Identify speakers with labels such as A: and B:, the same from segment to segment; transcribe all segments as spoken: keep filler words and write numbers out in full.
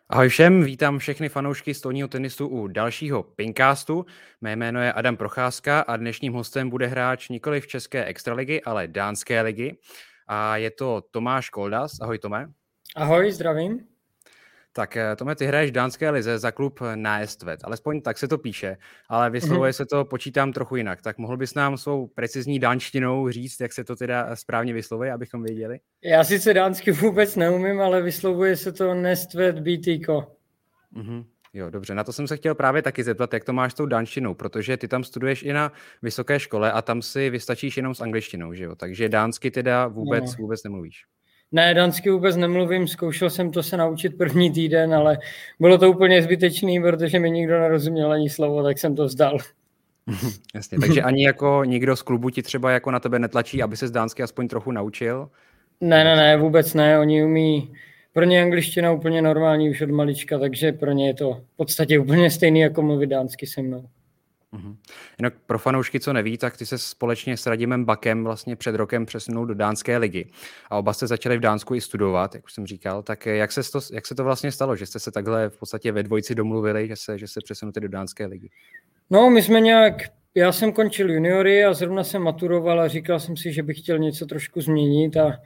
A: Ahoj všem, vítám všechny fanoušky stolního tenisu u dalšího Pincastu. Mé jméno je Adam Procházka a dnešním hostem bude hráč nikoli v české extraligy, ale dánské ligy. A je to Tomáš Koldas. Ahoj Tome.
B: Ahoj, zdravím.
A: Tak Tome, ty hraješ v dánské lize za klub Næstvet, alespoň tak se to píše, ale vyslovuje mm-hmm. se to, počítám trochu jinak. Tak mohl bys nám svou precizní dánštinou říct, jak se to teda správně vyslovuje, abychom věděli?
B: Já sice dánsky vůbec neumím, ale vyslovuje se to Næstvet bé té ko.
A: Mm-hmm. Jo, dobře, na to jsem se chtěl právě taky zeptat, jak to máš s tou dánštinou, protože ty tam studuješ i na vysoké škole a tam si vystačíš jenom s angličtinou, že jo? Takže dánsky teda vůbec, no. vůbec nemluvíš.
B: Ne, dánsky vůbec nemluvím, zkoušel jsem to se naučit první týden, ale bylo to úplně zbytečný, protože mi nikdo nerozuměl ani slovo, tak jsem to vzdal.
A: Jasně, takže ani jako nikdo z klubu ti třeba jako na tebe netlačí, aby se z dánsky aspoň trochu naučil?
B: Ne, ne, ne, vůbec ne, oni umí, pro ně angličtina úplně normální už od malička, takže pro ně je to v podstatě úplně stejný, jako mluvit dánsky se mnou.
A: Uhum. Jinak pro fanoušky, co neví, tak ty se společně s Radimem Bakem vlastně před rokem přesunul do dánské ligy a oba jste začali v Dánsku i studovat, jak už jsem říkal, tak jak se to, jak se to vlastně stalo, že jste se takhle v podstatě ve dvojici domluvili, že se, že se přesunete do dánské ligy?
B: No, my jsme nějak, já jsem končil juniory a zrovna jsem maturoval a říkal jsem si, že bych chtěl něco trošku změnit a,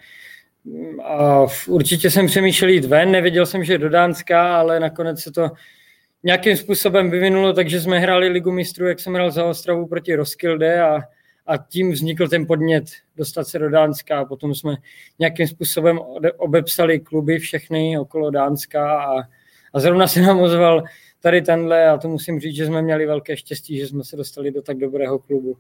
B: a určitě jsem přemýšlel jít ven, nevěděl jsem, že do Dánska, ale nakonec se to nějakým způsobem vyvinulo, takže jsme hráli Ligu mistrů, jak jsem hrál za Ostravu proti Roskilde a, a tím vznikl ten podnět dostat se do Dánska a potom jsme nějakým způsobem obepsali kluby všechny okolo Dánska a, a zrovna se nám ozval tady tenhle a to musím říct, že jsme měli velké štěstí, že jsme se dostali do tak dobrého klubu.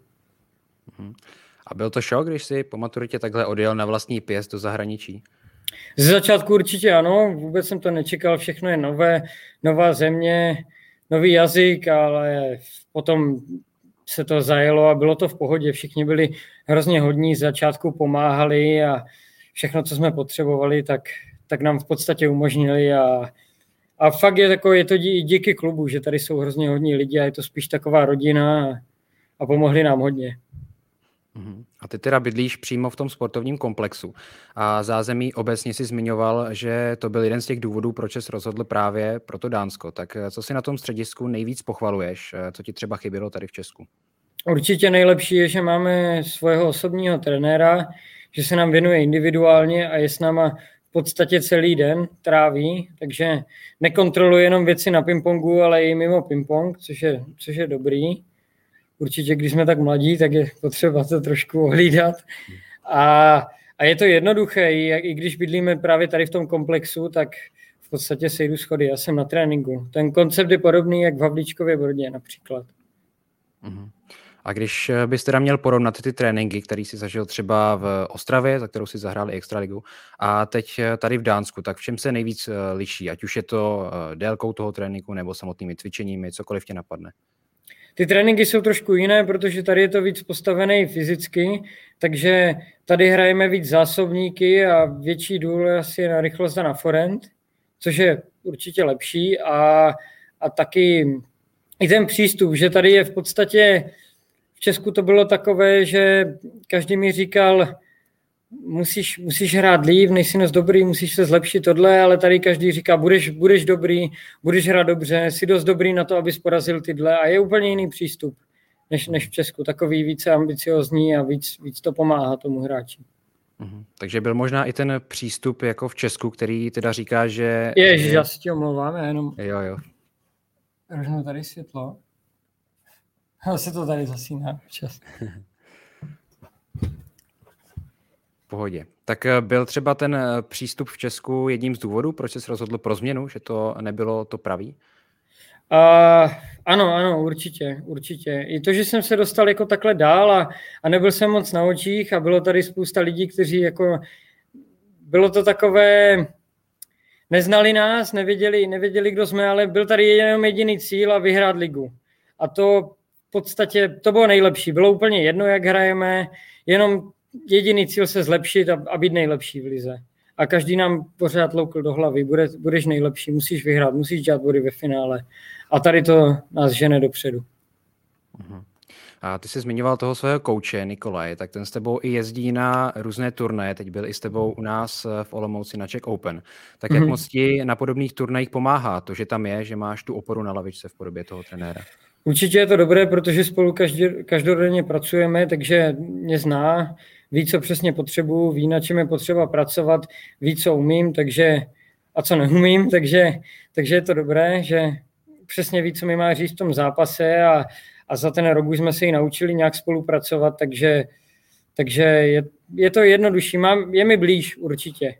A: A byl to šok, když jsi po maturitě takhle odjel na vlastní pěst do zahraničí?
B: Ze začátku určitě ano, vůbec jsem to nečekal, všechno je nové, nová země, nový jazyk, ale potom se to zajelo a bylo to v pohodě. Všichni byli hrozně hodní, z začátku pomáhali a všechno, co jsme potřebovali, tak, tak nám v podstatě umožnili a, a fakt je, tako, je to dí, díky klubu, že tady jsou hrozně hodní lidi a je to spíš taková rodina a, a pomohli nám hodně.
A: A ty teda bydlíš přímo v tom sportovním komplexu a zázemí obecně si zmiňoval, že to byl jeden z těch důvodů, proč jsi rozhodl právě pro to Dánsko. Tak co si na tom středisku nejvíc pochvaluješ? Co ti třeba chybělo tady v Česku?
B: Určitě nejlepší je, že máme svého osobního trenéra, že se nám věnuje individuálně a je s náma v podstatě celý den tráví, takže nekontroluje jenom věci na pingpongu, ale i mimo pingpong, což je, což je dobrý. Určitě, když jsme tak mladí, tak je potřeba to trošku ohlídat. A, a je to jednoduché, i, i když bydlíme právě tady v tom komplexu, tak v podstatě sejdu schody. Já jsem na tréninku. Ten koncept je podobný, jak v Havlíčkově Brodě například.
A: Mhm. A když bys teda měl porovnat ty tréninky, který jsi zažil třeba v Ostravě, za kterou si zahrál i extraligu, a teď tady v Dánsku, tak v čem se nejvíc liší? Ať už je to délkou toho tréninku nebo samotnými cvičeními, cokoliv tě napadne.
B: Ty tréninky jsou trošku jiné, protože tady je to víc postavené fyzicky, takže tady hrajeme víc zásobníky a větší důraz je na rychlost a na forehand, což je určitě lepší a, a taky i ten přístup, že tady je v podstatě, v Česku to bylo takové, že každý mi říkal, musíš, musíš hrát líp, nejsi dost dobrý, musíš se zlepšit tohle, ale tady každý říká, budeš, budeš dobrý, budeš hrát dobře, jsi dost dobrý na to, abys porazil tyhle a je úplně jiný přístup než, než v Česku, takový více ambiciozní a víc, víc to pomáhá tomu hráči.
A: Mhm. Takže byl možná i ten přístup jako v Česku, který teda říká, že...
B: Ježiš, já si tě omlouvám, jenom...
A: Jo, jo.
B: Rožnu tady světlo. Se to tady zasíná včas.
A: V pohodě. Tak byl třeba ten přístup v Česku jedním z důvodů, proč jsi rozhodl pro změnu, že to nebylo to pravý?
B: Uh, ano, ano, určitě, určitě. I to, že jsem se dostal jako takhle dál a, a nebyl jsem moc na očích a bylo tady spousta lidí, kteří jako... Bylo to takové... Neznali nás, nevěděli, nevěděli, kdo jsme, ale byl tady jenom jediný cíl a vyhrát ligu. A to v podstatě, to bylo nejlepší. Bylo úplně jedno, jak hrajeme, jenom jediný cíl se zlepšit a, a být nejlepší v lize. A každý nám pořád loukl do hlavy. Bude, budeš nejlepší, musíš vyhrát, musíš dělat body ve finále. A tady to nás žene dopředu.
A: Uh-huh. A ty jsi zmiňoval toho svého kouče Nikolaj, tak ten s tebou i jezdí na různé turnaje, teď byl i s tebou u nás v Olomouci na Czech Open. Tak jak
B: Mhm.
A: moc ti na podobných turnajích pomáhá to, že tam je, že máš tu oporu na lavičce v podobě toho trenéra?
B: Určitě je to dobré, protože spolu každý, každodenně pracujeme, takže mě zná, ví, co přesně potřebuju, ví, na čem je potřeba pracovat, ví, co umím, takže a co neumím, takže, takže je to dobré, že přesně ví, co mi má říct v tom zápase a, a za ten rok už jsme se ji naučili nějak spolupracovat, takže, takže je, je to jednodušší, mám, je mi blíž určitě.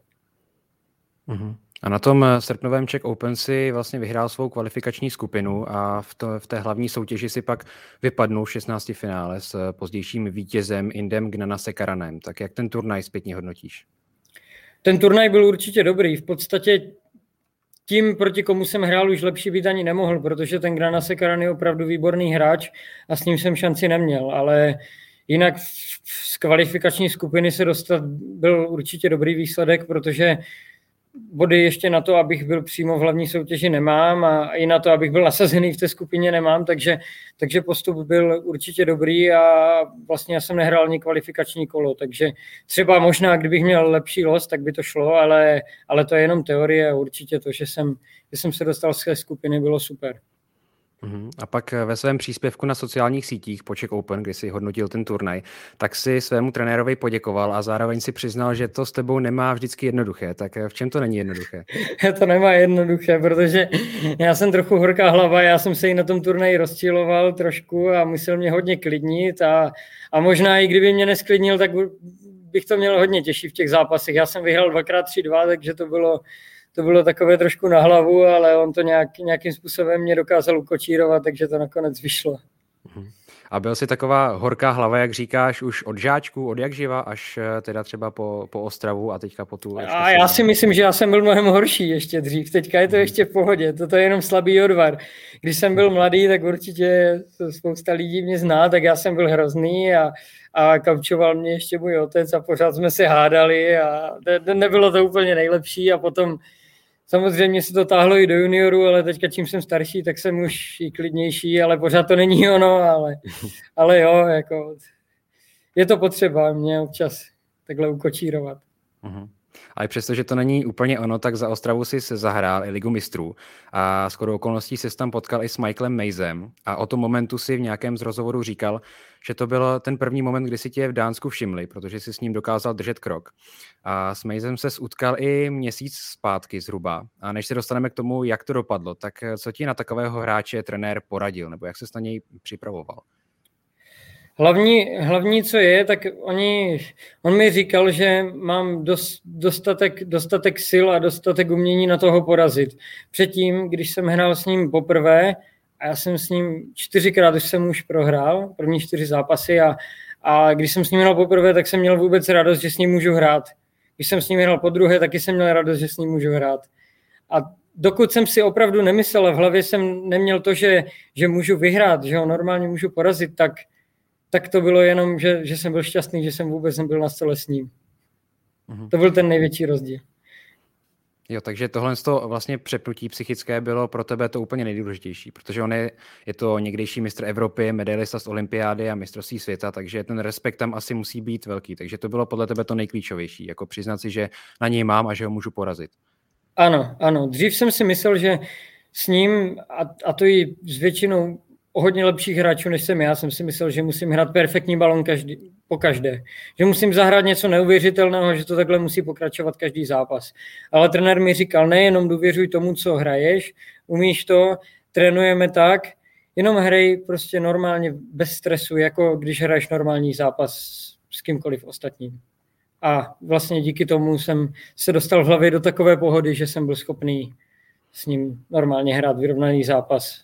A: Mhm. A na tom srpnovém Czech Open si vlastně vyhrál svou kvalifikační skupinu a v, to, v té hlavní soutěži si pak vypadnul v šestnácti finále s pozdějším vítězem Indem Gnanasekaranem. Tak jak ten turnaj zpětně hodnotíš?
B: Ten turnaj byl určitě dobrý. V podstatě tím, proti komu jsem hrál, už lepší být ani nemohl, protože ten Granasekaran je opravdu výborný hráč a s ním jsem šanci neměl, ale jinak z kvalifikační skupiny se dostat byl určitě dobrý výsledek, protože body ještě na to, abych byl přímo v hlavní soutěži nemám a i na to, abych byl nasazený v té skupině nemám, takže, takže postup byl určitě dobrý a vlastně já jsem nehrál ani kvalifikační kolo, takže třeba možná, kdybych měl lepší los, tak by to šlo, ale, ale to je jenom teorie a určitě to, že jsem, že jsem se dostal z té skupiny, bylo super.
A: Uhum. A pak ve svém příspěvku na sociálních sítích po Czech Open, kdy si hodnotil ten turnaj, tak si svému trenérovi poděkoval a zároveň si přiznal, že to s tebou nemá vždycky jednoduché. Tak v čem to není jednoduché?
B: To nemá jednoduché, protože já jsem trochu horká hlava, já jsem se i na tom turnaji rozčiloval trošku a musel mě hodně klidnit a, a možná i kdyby mě nesklidnil, tak bych to měl hodně těžší v těch zápasech. Já jsem vyhrál dvakrát tři dva, takže to bylo To bylo takové trošku na hlavu, ale on to nějak, nějakým způsobem mě dokázal ukočírovat, takže to nakonec vyšlo.
A: A byl jsi taková horká hlava, jak říkáš, už od žáčku, od jak živa, až teda třeba po, po Ostravu a teďka po tu...
B: A já si myslím, že já jsem byl mnohem horší ještě dřív. Teďka je to ještě v pohodě. Toto je jenom slabý odvar. Když jsem byl mladý, tak určitě spousta lidí mě zná, tak já jsem byl hrozný a, a kaučoval mě ještě můj otec a pořád jsme se hádali a ne, nebylo to úplně nejlepší a potom samozřejmě se to táhlo i do junioru, ale teďka čím jsem starší, tak jsem už i klidnější, ale pořád to není ono, ale, ale jo, jako je to potřeba mě občas takhle ukočírovat.
A: Uh-huh. Ale přesto, že to není úplně ono, tak za Ostravu si se zahrál i Ligu mistrů a shodou okolností se tam potkal i s Michaelem Mazem a o tom momentu si v nějakém z rozhovorů říkal, že to byl ten první moment, kdy si tě v Dánsku všimli, protože si s ním dokázal držet krok. A s Mazem se utkal i měsíc zpátky zhruba. A než se dostaneme k tomu, jak to dopadlo, tak co ti na takového hráče trenér poradil, nebo jak se na něj připravoval?
B: Hlavní, hlavní, co je, tak oni, on mi říkal, že mám dost, dostatek, dostatek sil a dostatek umění na toho porazit. Předtím, když jsem hrál s ním poprvé, a já jsem s ním čtyřikrát, už jsem už prohrál, první čtyři zápasy a, a když jsem s ním hrál poprvé, tak jsem měl vůbec radost, že s ním můžu hrát. Když jsem s ním hrál po druhé, taky jsem měl radost, že s ním můžu hrát. A dokud jsem si opravdu nemyslel, v hlavě jsem neměl to, že, že můžu vyhrát, že ho normálně můžu porazit, tak tak to bylo jenom, že, že jsem byl šťastný, že jsem vůbec nebyl na stole s ním. Uh-huh. To byl ten největší rozdíl.
A: Jo, takže tohle vlastně přepnutí psychické bylo pro tebe to úplně nejdůležitější, protože on je, je to někdejší mistr Evropy, medailista z olympiády a mistrovství světa, takže ten respekt tam asi musí být velký. Takže to bylo podle tebe to nejklíčovější, jako přiznat si, že na něj mám a že ho můžu porazit.
B: Ano, ano. Dřív jsem si myslel, že s ním, a, a to i s většinou o hodně lepších hráčů, než jsem já, jsem si myslel, že musím hrát perfektní balon každý, po každé. Že musím zahrát něco neuvěřitelného, že to takhle musí pokračovat každý zápas. Ale trenér mi říkal, nejenom důvěřuj tomu, co hraješ, umíš to, trénujeme tak, jenom hrej prostě normálně bez stresu, jako když hraješ normální zápas s kýmkoliv ostatním. A vlastně díky tomu jsem se dostal v hlavě do takové pohody, že jsem byl schopný s ním normálně hrát vyrovnaný zápas.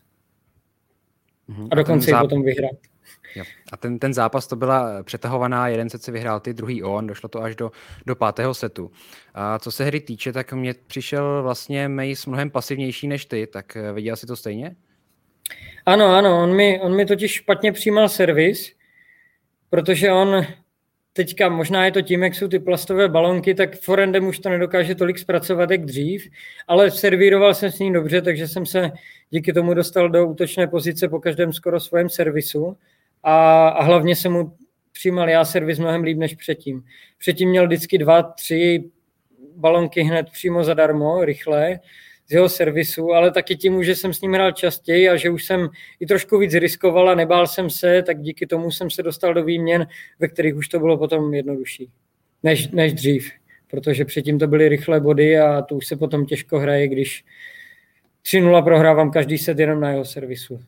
B: A dokonce a záp... i potom vyhrát.
A: Jo. A ten, ten zápas to byla přetahovaná, jeden set si vyhrál ty, druhý on, došlo to až do, do pátého setu. A co se hry týče, tak mně přišel vlastně Mace mnohem pasivnější než ty, tak viděl jsi to stejně?
B: Ano, ano, on mi, on mi totiž špatně přijímal servis, protože on teďka, možná je to tím, jak jsou ty plastové balonky, tak forehandem už to nedokáže tolik zpracovat jak dřív, ale servíroval jsem s ním dobře, takže jsem se díky tomu dostal do útočné pozice po každém skoro svém servisu a, a hlavně jsem mu přijímal já servis mnohem líp než předtím. Předtím měl vždycky dva, tři balonky hned přímo zadarmo, rychle, z jeho servisu, ale taky tím, že jsem s ním hrál častěji a že už jsem i trošku víc riskoval a nebál jsem se, tak díky tomu jsem se dostal do výměn, ve kterých už to bylo potom jednodušší, než, než dřív. Protože předtím to byly rychlé body a to už se potom těžko hraje, když tři nula prohrávám každý set jenom na jeho servisu.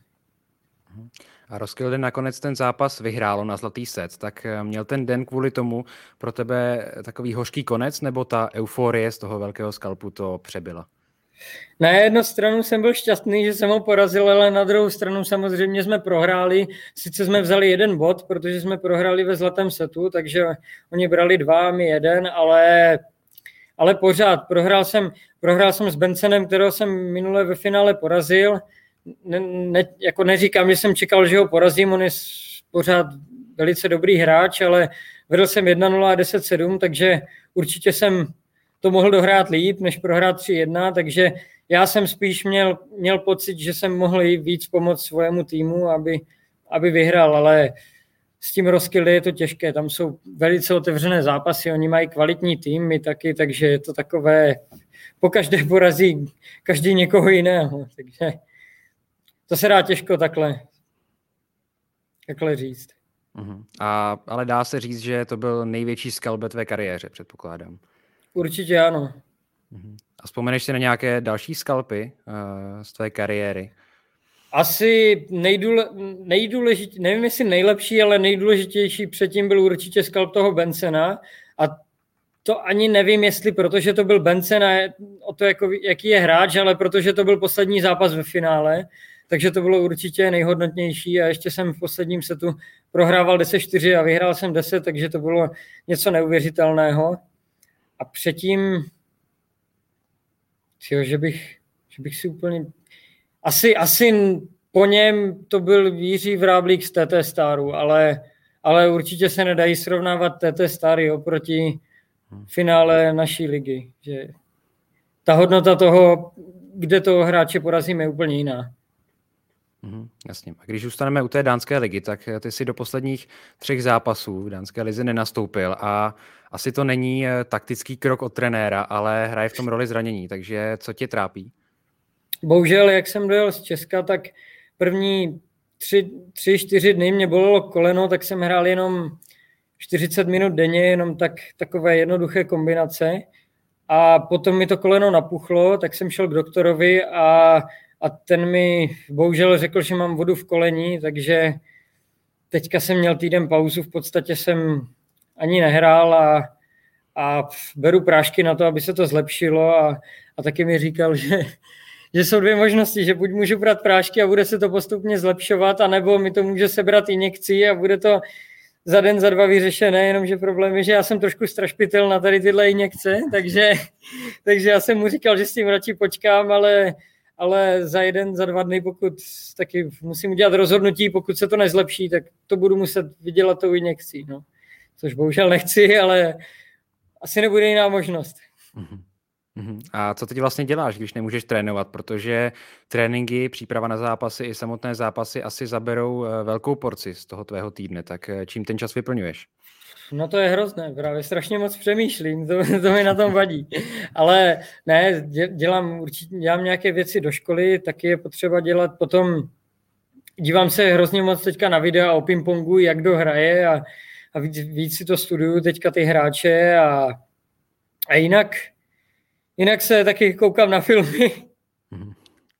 A: A Roskilde nakonec ten zápas vyhrálo na zlatý set, tak měl ten den kvůli tomu pro tebe takový hořký konec, nebo ta euforie z toho velkého skalpu to přebyla?
B: Na jednu stranu jsem byl šťastný, že jsem ho porazil, ale na druhou stranu samozřejmě jsme prohráli. Sice jsme vzali jeden bod, protože jsme prohráli ve zlatém setu, takže oni brali dva, my jeden, ale, ale pořád. Prohrál jsem, prohrál jsem s Bensonem, kterého jsem minule ve finále porazil. Ne, ne, jako neříkám, že jsem čekal, že ho porazím, on je pořád velice dobrý hráč, ale vedl jsem jedna nula a deset sedm, takže určitě jsem to mohl dohrát líp, než prohrát tři jedna, takže já jsem spíš měl, měl pocit, že jsem mohl i víc pomoct svému týmu, aby, aby vyhrál, ale s tím Roskilde je to těžké, tam jsou velice otevřené zápasy, oni mají kvalitní tým, my taky, takže je to takové, po každé porazí každý někoho jiného, takže to se dá těžko takhle, takhle říct.
A: Uh-huh. A, ale dá se říct, že to byl největší skalp ve tvé kariéře, předpokládám.
B: Určitě ano.
A: Uh-huh. A vzpomeneš si na nějaké další skalpy uh, z tvé kariéry?
B: Asi nejdůle, nejdůležitější, nevím jestli nejlepší, ale nejdůležitější předtím byl určitě skalp toho Bensona a to ani nevím, jestli protože to byl Benson a o to, jako, jaký je hráč, ale protože to byl poslední zápas ve finále, takže to bylo určitě nejhodnotnější a ještě jsem v posledním setu prohrával deset čtyři a vyhrál jsem deset, takže to bylo něco neuvěřitelného. A předtím, tyjo, že, bych, že bych si úplně... Asi, asi po něm to byl Jiří Vráblík z T T Staru, ale, ale určitě se nedají srovnávat T T Stary oproti finále naší ligy. Že ta hodnota toho, kde toho hráče porazíme, je úplně jiná.
A: Mm, jasně. A když zůstaneme u té dánské ligy, tak ty si do posledních třech zápasů v dánské lize nenastoupil a asi to není taktický krok od trenéra, ale hraje v tom roli zranění, takže co tě trápí?
B: Bohužel, jak jsem dojel z Česka, tak první tři, tři, čtyři dny mě bolelo koleno, tak jsem hrál jenom čtyřicet minut denně, jenom tak, takové jednoduché kombinace a potom mi to koleno napuchlo, tak jsem šel k doktorovi a A ten mi bohužel řekl, že mám vodu v koleni, takže teďka jsem měl týden pauzu, v podstatě jsem ani nehrál a, a beru prášky na to, aby se to zlepšilo a, a taky mi říkal, že, že jsou dvě možnosti, že buď můžu brát prášky a bude se to postupně zlepšovat, anebo mi to může sebrat injekcí a bude to za den, za dva vyřešené, jenomže problém je, že já jsem trošku strašpitel na tady tyhle injekce, takže, takže já jsem mu říkal, že s tím radši počkám, ale ale za jeden, za dva dny, pokud taky musím udělat rozhodnutí, pokud se to nezlepší, tak to budu muset vydělat tou injekcí, no. Což bohužel nechci, ale asi nebude jiná možnost.
A: Uh-huh. A co teď vlastně děláš, když nemůžeš trénovat, protože tréninky, příprava na zápasy i samotné zápasy asi zaberou velkou porci z toho tvého týdne, tak čím ten čas vyplňuješ?
B: No to je hrozné, právě strašně moc přemýšlím, to, to mi na tom vadí. Ale ne, dělám určitě dělám nějaké věci do školy, taky je potřeba dělat potom, dívám se hrozně moc teďka na videa o pingpongu, jak kdo hraje a, a víc, víc si to studuju teďka ty hráče a, a jinak, jinak se taky koukám na filmy. Mm.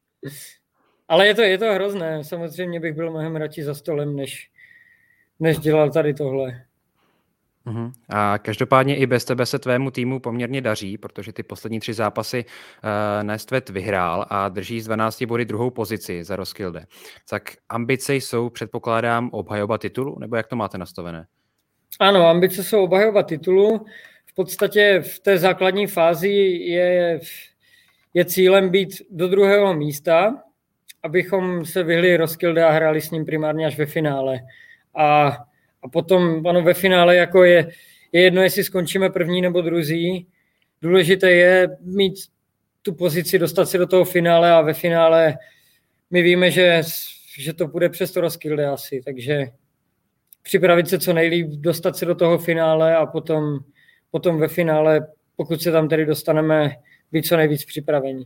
B: Ale je to, je to hrozné, samozřejmě bych byl mnohem radši za stolem, než, než dělal tady tohle.
A: Uhum. A každopádně i bez tebe se tvému týmu poměrně daří, protože ty poslední tři zápasy uh, Nestvet vyhrál a drží z dvanácti body druhou pozici za Roskilde. Tak ambice jsou, předpokládám, obhajoba titulu, nebo jak to máte nastavené?
B: Ano, ambice jsou obhajoba titulu. V podstatě v té základní fázi je, je cílem být do druhého místa, abychom se vyhli Roskilde a hráli s ním primárně až ve finále. A A potom ano, ve finále jako je, je jedno, jestli skončíme první nebo druzí. Důležité je mít tu pozici, dostat se do toho finále a ve finále my víme, že, že to půjde přes to Roskilde asi, takže připravit se co nejlíp, dostat se do toho finále a potom, potom ve finále, pokud se tam tedy dostaneme, být co nejvíc připravení.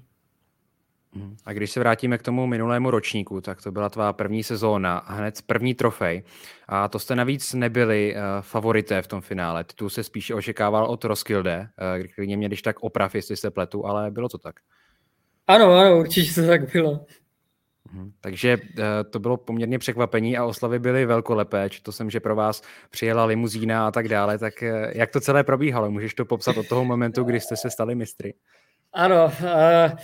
A: A když se vrátíme k tomu minulému ročníku, tak to byla tvá první sezóna a hned první trofej. A to jste navíc nebyli uh, favorité v tom finále. Titul se spíše očekával od Roskilde, uh, klidně mě když tak oprav, jestli se pletu, ale bylo to tak.
B: Ano, ano, určitě to tak bylo.
A: Uh, takže uh, to bylo poměrně překvapení a oslavy byly velkolepé. To jsem, že pro vás přijela limuzína a tak dále. Tak uh, jak to celé probíhalo? Můžeš to popsat od toho momentu, kdy jste se stali mistry?
B: Ano, uh...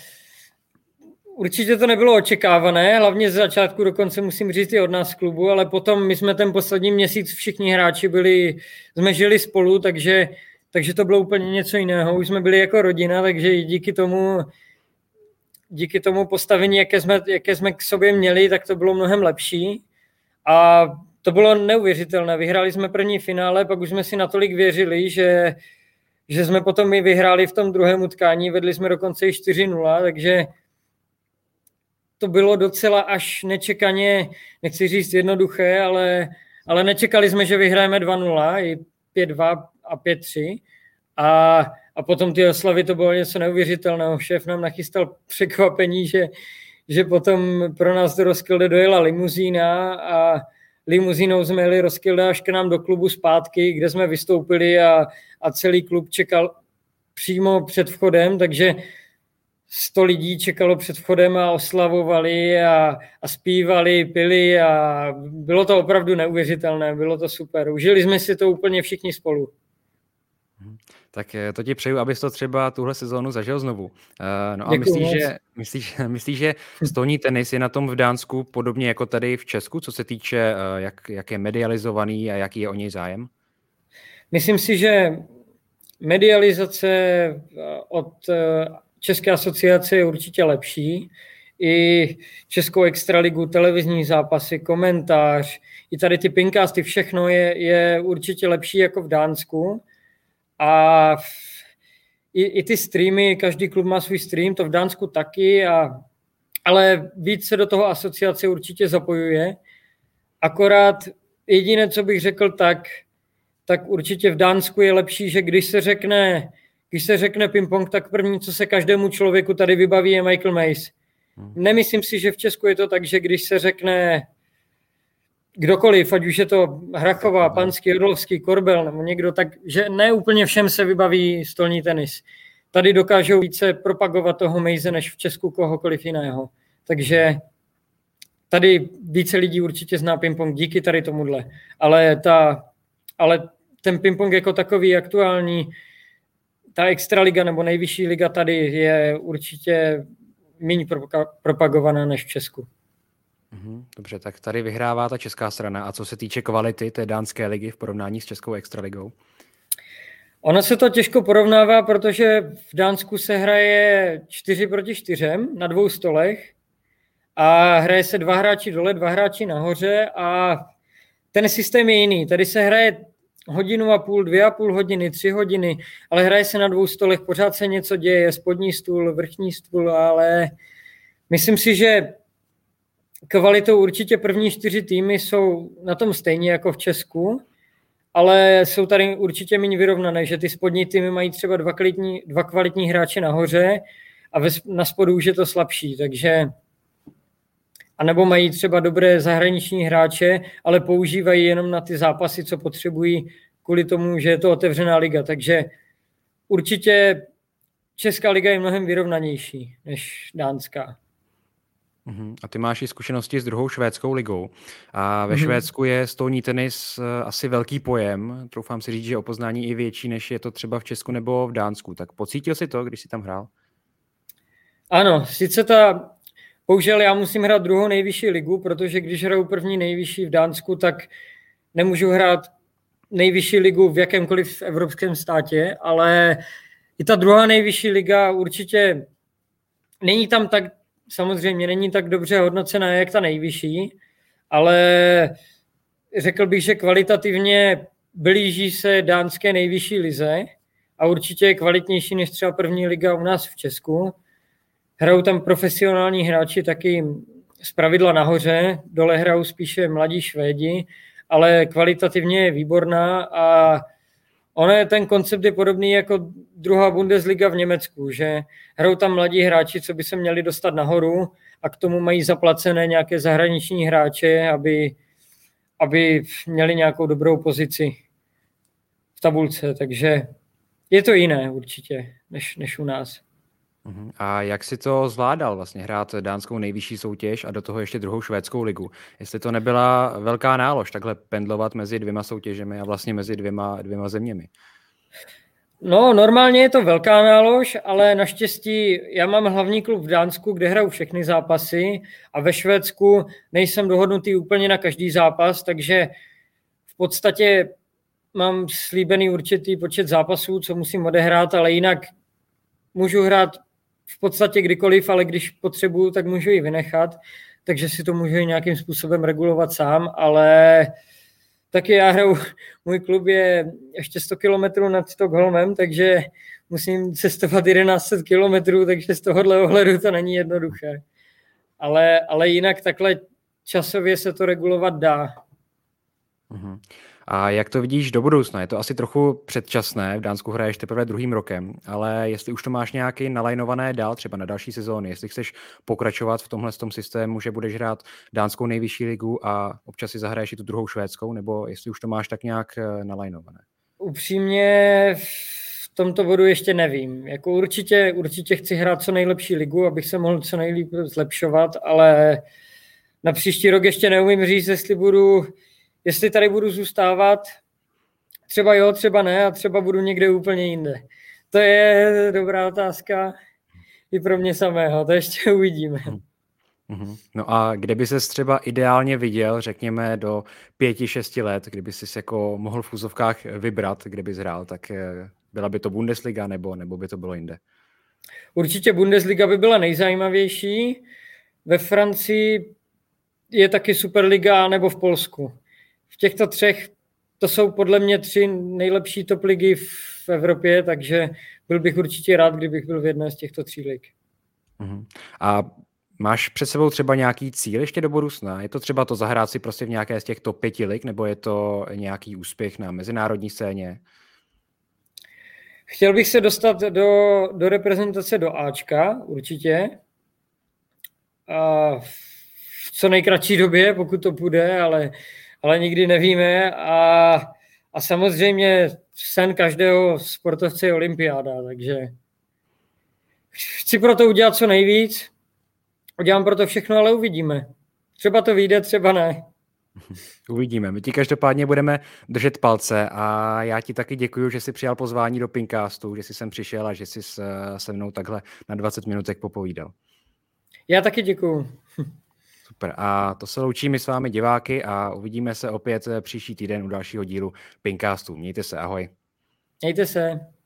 B: určitě to nebylo očekávané, hlavně z začátku dokonce musím říct i od nás z klubu, ale potom my jsme ten poslední měsíc všichni hráči byli, jsme žili spolu, takže, takže to bylo úplně něco jiného. Už jsme byli jako rodina, takže i díky tomu, díky tomu postavení, jaké jsme, jaké jsme k sobě měli, tak to bylo mnohem lepší. A to bylo neuvěřitelné. Vyhráli jsme první finále, pak už jsme si natolik věřili, že, že jsme potom i vyhráli v tom druhém utkání, vedli jsme dokonce i čtyři nula, takže to bylo docela až nečekaně, nechci říct jednoduché, ale, ale nečekali jsme, že vyhrajeme dva nula, i pět dva a pět tři. A, a potom ty oslavy, to bylo něco neuvěřitelného. Šéf nám nachystal překvapení, že, že potom pro nás do Roskilde dojela limuzína a limuzínou jsme jeli Roskilde až k nám do klubu zpátky, kde jsme vystoupili a, a celý klub čekal přímo před vchodem, takže sto lidí čekalo před vchodem a oslavovali a, a zpívali, pili a bylo to opravdu neuvěřitelné, bylo to super. Užili jsme si to úplně všichni spolu.
A: Tak to ti přeju, abys to třeba tuhle sezónu zažil znovu. No a myslíš, že, myslíš, myslíš, že stolní tenis je na tom v Dánsku podobně jako tady v Česku, co se týče, jak, jak je medializovaný a jaký je o něj zájem?
B: Myslím si, že medializace od České asociace je určitě lepší. I Českou extraligu, televizní zápasy, komentář, i tady ty pinkásty, všechno je, je určitě lepší jako v Dánsku. A v, i, i ty streamy, každý klub má svůj stream, to v Dánsku taky, a, ale víc se do toho asociace určitě zapojuje. Akorát jediné, co bych řekl, tak, tak určitě v Dánsku je lepší, že když se řekne Když se řekne ping-pong, tak první, co se každému člověku tady vybaví, je Michael Mays. Nemyslím si, že v Česku je to tak, že když se řekne kdokoliv, ať už je to Hrachová, Panský, Orlovský, Korbel nebo někdo, tak že ne úplně všem se vybaví stolní tenis. Tady dokážou více propagovat toho Mayse než v Česku kohokoliv jiného. Takže tady více lidí určitě zná ping-pong díky tady tomuhle. Ale, ta, ale ten ping-pong jako takový aktuální, ta extraliga nebo nejvyšší liga tady je určitě méně propagovaná než v Česku.
A: Dobře, tak tady vyhrává ta česká strana. A co se týče kvality té dánské ligy v porovnání s českou extraligou?
B: Ono se to těžko porovnává, protože v Dánsku se hraje čtyři proti čtyřem na dvou stolech a hraje se dva hráči dole, dva hráči nahoře a ten systém je jiný. Tady se hraje hodinu a půl, dvě a půl hodiny, tři hodiny, ale hraje se na dvou stolech, pořád se něco děje, spodní stůl, vrchní stůl, ale myslím si, že kvalitou určitě první čtyři týmy jsou na tom stejně jako v Česku, ale jsou tady určitě méně vyrovnané, že ty spodní týmy mají třeba dva kvalitní, dva kvalitní hráče nahoře a ve, na spodu už je to slabší, takže a nebo mají třeba dobré zahraniční hráče, ale používají jenom na ty zápasy, co potřebují, kvůli tomu, že je to otevřená liga. Takže určitě česká liga je mnohem vyrovnanější než dánská.
A: A ty máš i zkušenosti s druhou švédskou ligou. A ve mm-hmm. Švédsku je stolní tenis asi velký pojem. Troufám si říct, že o poznání i větší, než je to třeba v Česku nebo v Dánsku. Tak pocítil jsi to, když jsi tam hrál?
B: Ano, sice ta... Bohužel já musím hrát druhou nejvyšší ligu, protože když hraju první nejvyšší v Dánsku, tak nemůžu hrát nejvyšší ligu v jakémkoliv evropském státě, ale i ta druhá nejvyšší liga určitě není tam tak, samozřejmě není tak dobře hodnocená, jak ta nejvyšší, ale řekl bych, že kvalitativně blíží se dánské nejvyšší lize a určitě je kvalitnější než třeba první liga u nás v Česku. Hrajou tam profesionální hráči taky zpravidla nahoře, dole hrajou spíše mladí Švédi ale kvalitativně je výborná a ono je, ten koncept je podobný jako druhá Bundesliga v Německu, že hrajou tam mladí hráči, co by se měli dostat nahoru a k tomu mají zaplacené nějaké zahraniční hráče, aby, aby měli nějakou dobrou pozici v tabulce, takže je to jiné určitě, než, než u nás.
A: A jak si to zvládal vlastně hrát dánskou nejvyšší soutěž a do toho ještě druhou švédskou ligu? Jestli to nebyla velká nálož takhle pendlovat mezi dvěma soutěžemi a vlastně mezi dvěma, dvěma zeměmi?
B: No, normálně je to velká nálož, ale naštěstí já mám hlavní klub v Dánsku, kde hraju všechny zápasy a ve Švédsku nejsem dohodnutý úplně na každý zápas, takže v podstatě mám slíbený určitý počet zápasů, co musím odehrát, ale jinak můžu hrát v podstatě kdykoliv, ale když potřebuju, tak můžu ji vynechat, takže si to můžu nějakým způsobem regulovat sám, ale taky já hraju, můj klub je ještě sto kilometrů nad Stockholmem, takže musím cestovat tisíc sto kilometrů, takže z tohohle ohledu to není jednoduché. Ale, ale jinak takhle časově se to regulovat dá.
A: Uhum. A jak to vidíš do budoucna? Je to asi trochu předčasné, v Dánsku hraješ teprve druhým rokem, ale jestli už to máš nějaký nalajnované dál, třeba na další sezóny, jestli chceš pokračovat v tomhle tom systému, že budeš hrát dánskou nejvyšší ligu a občas si zahraješ i tu druhou švédskou, nebo jestli už to máš tak nějak nalajnované?
B: Upřímně v tomto bodu ještě nevím. Jako určitě, určitě chci hrát co nejlepší ligu, abych se mohl co nejlíp zlepšovat, ale na příští rok ještě neumím říct, jestli budu Jestli tady budu zůstávat, třeba jo, třeba ne a třeba budu někde úplně jinde. To je dobrá otázka i pro mě samého, to ještě uvidíme.
A: No a kde by ses třeba ideálně viděl, řekněme, do pěti, šesti let, kdyby jsi jako mohl v úzovkách vybrat, kde bys hrál, tak byla by to Bundesliga nebo, nebo by to bylo jinde?
B: Určitě Bundesliga by byla nejzajímavější. Ve Francii je taky Superliga nebo v Polsku. V těchto třech, to jsou podle mě tři nejlepší top ligy v Evropě, takže byl bych určitě rád, kdybych byl v jedné z těchto tří lig.
A: Uh-huh. A máš před sebou třeba nějaký cíl ještě do budoucna? Je to třeba to zahrát si prostě v nějaké z těch top pěti lig, nebo je to nějaký úspěch na mezinárodní scéně?
B: Chtěl bych se dostat do, do reprezentace do Ačka, určitě. A v co nejkratší době, pokud to půjde, ale ale nikdy nevíme a, a samozřejmě sen každého sportovce je olympiáda, takže chci pro to udělat co nejvíc, udělám pro to všechno, ale uvidíme. Třeba to vyjde, třeba ne.
A: Uvidíme. My ti každopádně budeme držet palce a já ti taky děkuju, že jsi přijal pozvání do Pincastu, že jsi sem přišel a že jsi se mnou takhle na dvacet minutek popovídal.
B: Já taky děkuju.
A: Super. A to se loučíme s vámi diváky a uvidíme se opět příští týden u dalšího dílu Pincastu. Mějte se, ahoj.
B: Mějte se.